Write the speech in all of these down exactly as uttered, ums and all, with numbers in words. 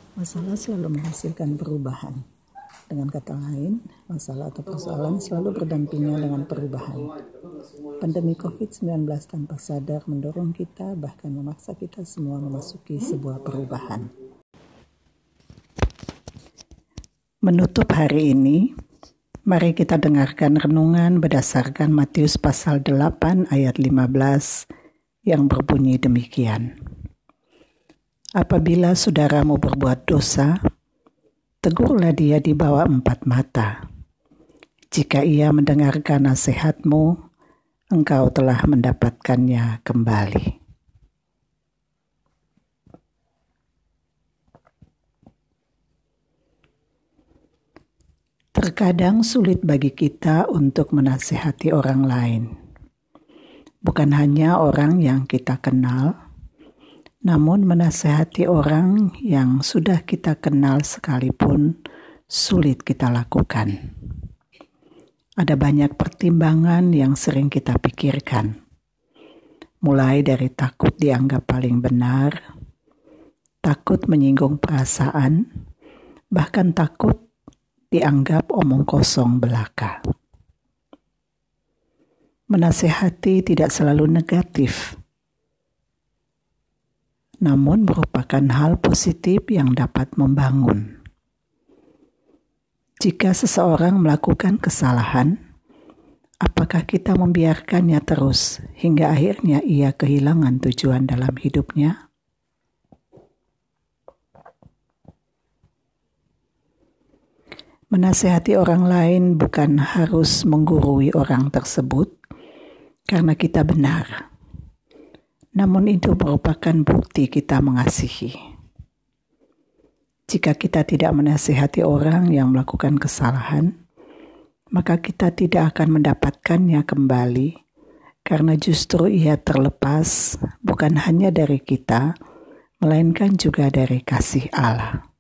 Masalah selalu menghasilkan perubahan. Dengan kata lain, masalah atau persoalan selalu berdampingan dengan perubahan. Pandemi covid sembilan belas tanpa sadar mendorong kita, bahkan memaksa kita semua memasuki sebuah perubahan. Menutup hari ini, mari kita dengarkan renungan berdasarkan Matius pasal delapan ayat lima belas yang berbunyi demikian. Apabila saudaramu berbuat dosa, tegurlah dia di bawah empat mata. Jika ia mendengarkan nasihatmu, engkau telah mendapatkannya kembali. Terkadang sulit bagi kita untuk menasihati orang lain. Bukan hanya orang yang kita kenal, namun menasihati orang yang sudah kita kenal sekalipun sulit kita lakukan. Ada banyak pertimbangan yang sering kita pikirkan. Mulai dari takut dianggap paling benar, takut menyinggung perasaan, bahkan takut dianggap omong kosong belaka. Menasihati tidak selalu negatif, namun merupakan hal positif yang dapat membangun. Jika seseorang melakukan kesalahan, apakah kita membiarkannya terus hingga akhirnya ia kehilangan tujuan dalam hidupnya? Menasihati orang lain bukan harus menggurui orang tersebut karena kita benar. Namun itu merupakan bukti kita mengasihi. Jika kita tidak menasihati orang yang melakukan kesalahan, maka kita tidak akan mendapatkannya kembali, karena justru ia terlepas bukan hanya dari kita, melainkan juga dari kasih Allah.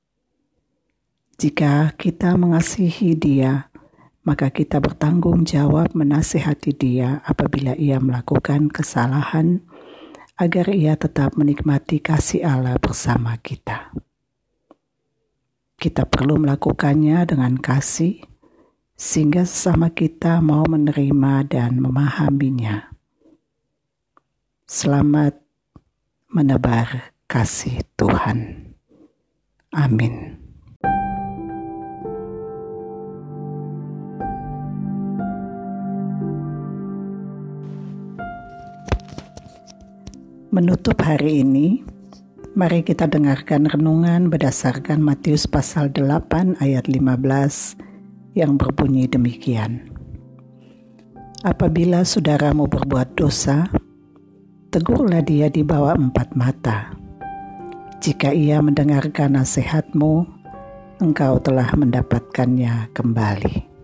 Jika kita mengasihi dia, maka kita bertanggung jawab menasihati dia apabila ia melakukan kesalahan, agar ia tetap menikmati kasih Allah bersama kita. Kita perlu melakukannya dengan kasih, sehingga sesama kita mau menerima dan memahaminya. Selamat menebar kasih Tuhan. Amin. Menutup hari ini, mari kita dengarkan renungan berdasarkan Matius pasal delapan ayat lima belas yang berbunyi demikian. Apabila saudaramu berbuat dosa, tegurlah dia di bawah empat mata. Jika ia mendengarkan nasihatmu, engkau telah mendapatkannya kembali.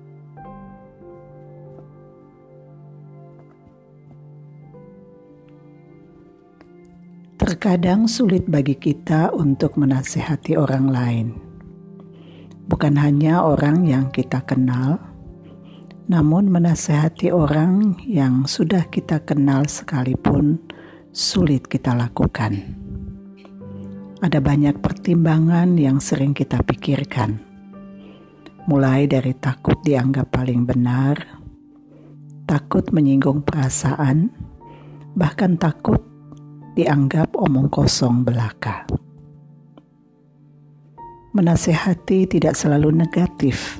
Terkadang sulit bagi kita untuk menasihati orang lain. Bukan hanya orang yang kita kenal, namun menasihati orang yang sudah kita kenal sekalipun sulit kita lakukan. Ada banyak pertimbangan yang sering kita pikirkan. Mulai dari takut dianggap paling benar, takut menyinggung perasaan, bahkan takut dianggap omong kosong belaka. Menasihati tidak selalu negatif,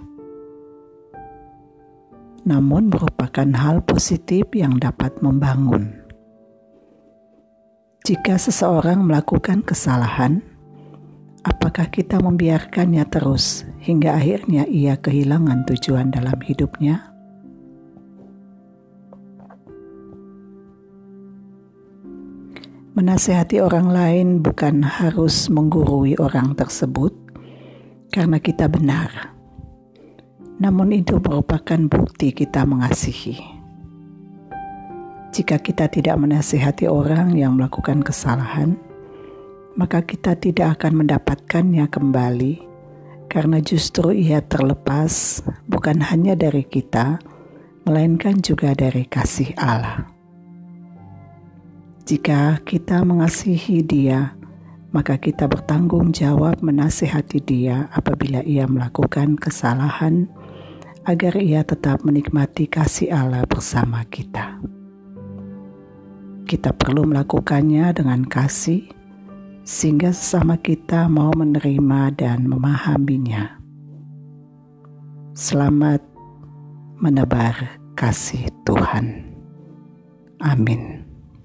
namun merupakan hal positif yang dapat membangun. Jika seseorang melakukan kesalahan, apakah kita membiarkannya terus hingga akhirnya ia kehilangan tujuan dalam hidupnya? Menasihati orang lain bukan harus menggurui orang tersebut karena kita benar. Namun itu merupakan bukti kita mengasihi. Jika kita tidak menasihati orang yang melakukan kesalahan, maka kita tidak akan mendapatkannya kembali, karena justru ia terlepas bukan hanya dari kita, melainkan juga dari kasih Allah. Jika kita mengasihi dia, maka kita bertanggung jawab menasihati dia apabila ia melakukan kesalahan, agar ia tetap menikmati kasih Allah bersama kita. Kita perlu melakukannya dengan kasih, sehingga sesama kita mau menerima dan memahaminya. Selamat menebar kasih Tuhan. Amin.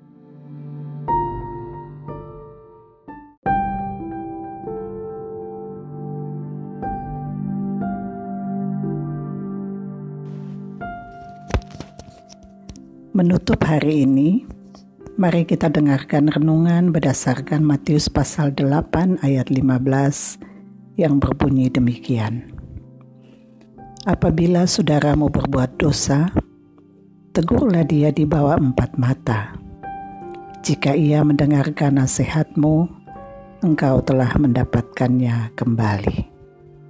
Menutup hari ini, mari kita dengarkan renungan berdasarkan Matius pasal delapan ayat lima belas yang berbunyi demikian. Apabila saudaramu berbuat dosa, tegurlah dia di bawah empat mata. Jika ia mendengarkan nasihatmu, engkau telah mendapatkannya kembali.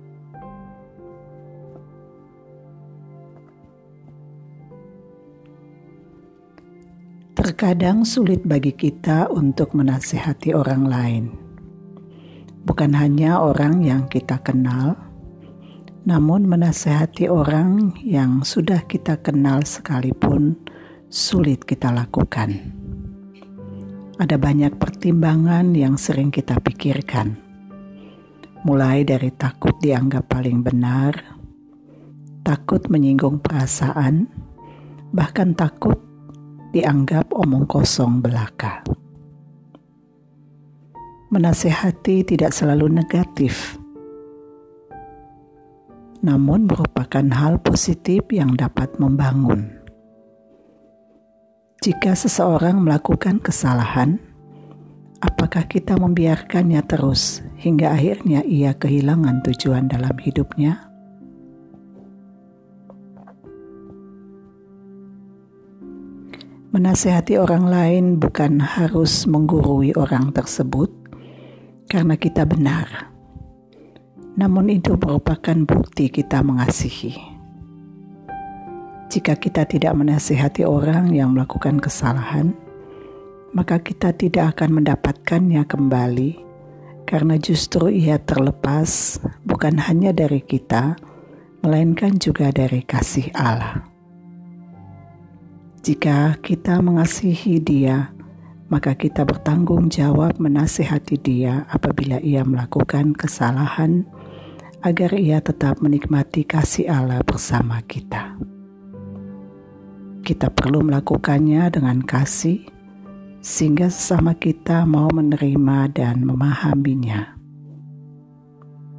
Terkadang sulit bagi kita untuk menasihati orang lain. Bukan hanya orang yang kita kenal, namun menasihati orang yang sudah kita kenal sekalipun sulit kita lakukan. Ada banyak pertimbangan yang sering kita pikirkan, mulai dari takut dianggap paling benar, takut menyinggung perasaan, bahkan takut dianggap omong kosong belaka. Menasihati tidak selalu negatif, namun merupakan hal positif yang dapat membangun. Jika seseorang melakukan kesalahan, apakah kita membiarkannya terus hingga akhirnya ia kehilangan tujuan dalam hidupnya? Menasihati orang lain bukan harus menggurui orang tersebut karena kita benar. Namun itu merupakan bukti kita mengasihi. Jika kita tidak menasihati orang yang melakukan kesalahan, maka kita tidak akan mendapatkannya kembali, karena justru ia terlepas bukan hanya dari kita, melainkan juga dari kasih Allah. Jika kita mengasihi dia, maka kita bertanggung jawab menasihati dia apabila ia melakukan kesalahan, agar ia tetap menikmati kasih Allah bersama kita. Kita perlu melakukannya dengan kasih, sehingga sesama kita mau menerima dan memahaminya.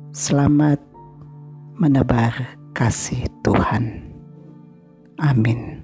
Selamat menebar kasih Tuhan. Amin.